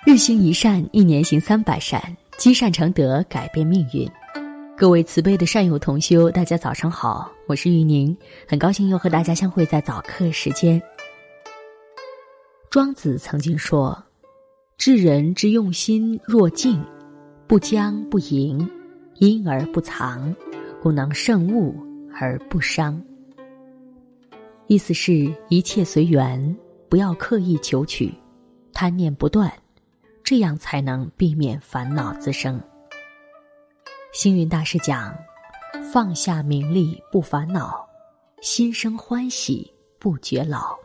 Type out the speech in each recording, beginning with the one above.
日行一善，一年行300善，积善成德，改变命运。各位慈悲的善友同修，大家早上好，我是玉宁，很高兴又和大家相会在早课时间。庄子曾经说，治人之用心若镜，不将不迎，因而不藏，故能胜物而不伤。意思是一切随缘，不要刻意求取，贪念不断，这样才能避免烦恼滋生。星云大师讲，放下名利不烦恼，心生欢喜不觉老。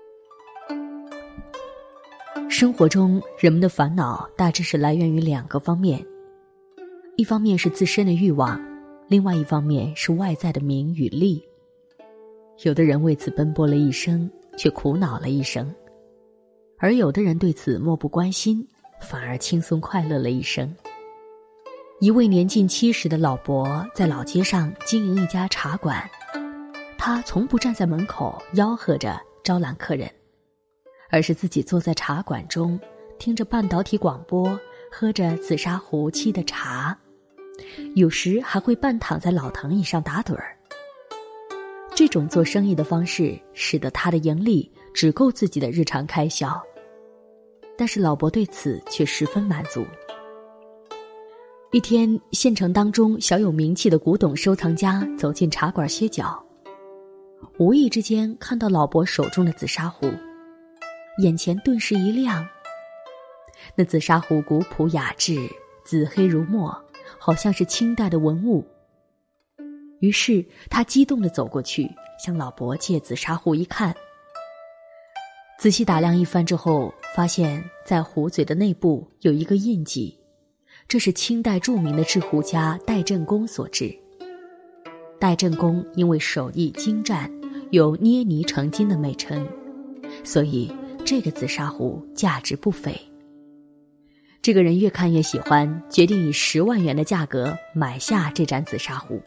生活中人们的烦恼大致是来源于2个方面，一方面是自身的欲望，另外一方面是外在的名与利。有的人为此奔波了一生，却苦恼了一生，而有的人对此漠不关心，反而轻松快乐了一生。一位年近70的老伯在老街上经营一家茶馆，他从不站在门口吆喝着招揽客人，而是自己坐在茶馆中，听着半导体广播，喝着紫砂壶沏的茶，有时还会半躺在老藤椅上打盹儿。这种做生意的方式使得他的盈利只够自己的日常开销，但是老伯对此却十分满足。一天，县城当中小有名气的古董收藏家走进茶馆歇脚，无意之间看到老伯手中的紫砂壶，眼前顿时一亮。那紫砂壶古朴雅致，紫黑如墨，好像是清代的文物。于是他激动地走过去，向老伯借紫砂壶一看，仔细打量一番之后，发现在壶嘴的内部有一个印记，这是清代著名的制壶家戴振公所制。戴振公因为手艺精湛，有捏泥成金的美称，所以这个紫砂壶价值不菲。这个人越看越喜欢，决定以10万元的价格买下这盏紫砂壶。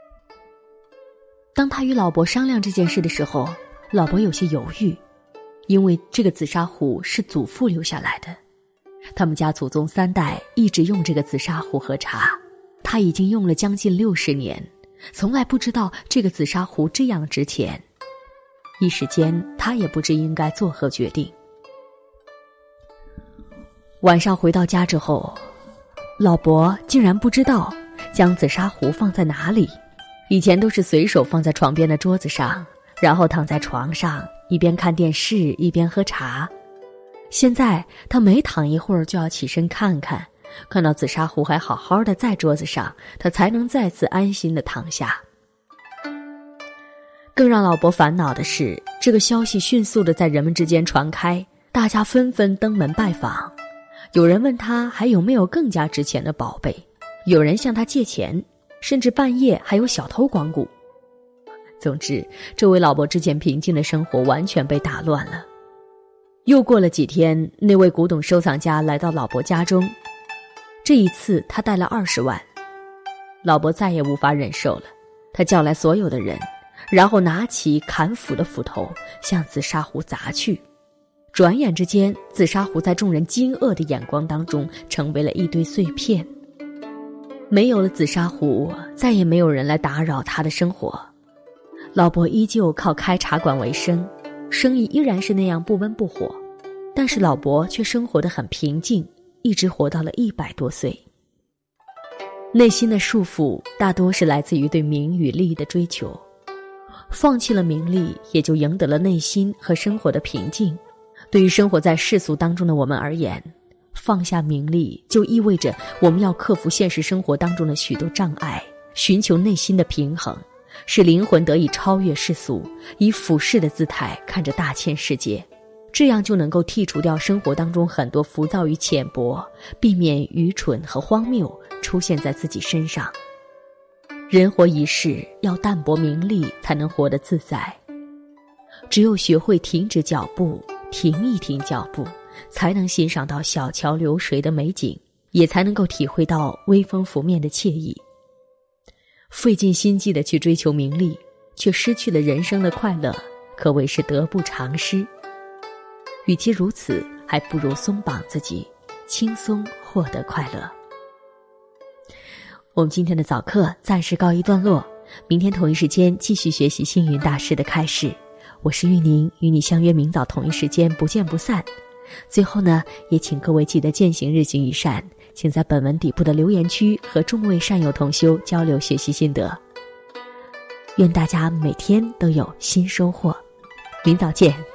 当他与老伯商量这件事的时候，老伯有些犹豫，因为这个紫砂壶是祖父留下来的，他们家祖宗3代一直用这个紫砂壶喝茶，他已经用了将近60年，从来不知道这个紫砂壶这样值钱。一时间他也不知应该作何决定。晚上回到家之后，老伯竟然不知道将紫砂壶放在哪里。以前都是随手放在床边的桌子上，然后躺在床上一边看电视一边喝茶。现在他每躺一会儿就要起身看看，看到紫砂壶还好好的在桌子上，他才能再次安心的躺下。更让老伯烦恼的是，这个消息迅速的在人们之间传开，大家纷纷登门拜访。有人问他还有没有更加值钱的宝贝，有人向他借钱，甚至半夜还有小偷光顾。总之，这位老伯之前平静的生活完全被打乱了。又过了几天，那位古董收藏家来到老伯家中，这一次他带了20万。老伯再也无法忍受了，他叫来所有的人，然后拿起砍斧的斧头向紫砂壶砸去。转眼之间，紫砂壶在众人惊愕的眼光当中成为了一堆碎片。没有了紫砂壶，再也没有人来打扰他的生活。老伯依旧靠开茶馆为生，生意依然是那样不温不火，但是老伯却生活得很平静，一直活到了100多岁。内心的束缚大多是来自于对名与利的追求，放弃了名利，也就赢得了内心和生活的平静。对于生活在世俗当中的我们而言，放下名利就意味着我们要克服现实生活当中的许多障碍，寻求内心的平衡，使灵魂得以超越世俗，以俯视的姿态看着大千世界，这样就能够剔除掉生活当中很多浮躁与浅薄，避免愚蠢和荒谬出现在自己身上。人活一世，要淡泊名利才能活得自在。只有学会停止脚步，停一停脚步，才能欣赏到小桥流水的美景，也才能够体会到微风拂面的惬意。费尽心机地去追求名利，却失去了人生的快乐，可谓是得不偿失。与其如此，还不如松绑自己， 轻松获得快乐。我们今天的早课暂时告一段落，明天同一时间继续学习星云大师的开示。我是玉宁，与你相约明早同一时间，不见不散。最后呢，也请各位记得践行日行一善，请在本文底部的留言区和众位善友同修交流学习心得。愿大家每天都有新收获，明早见。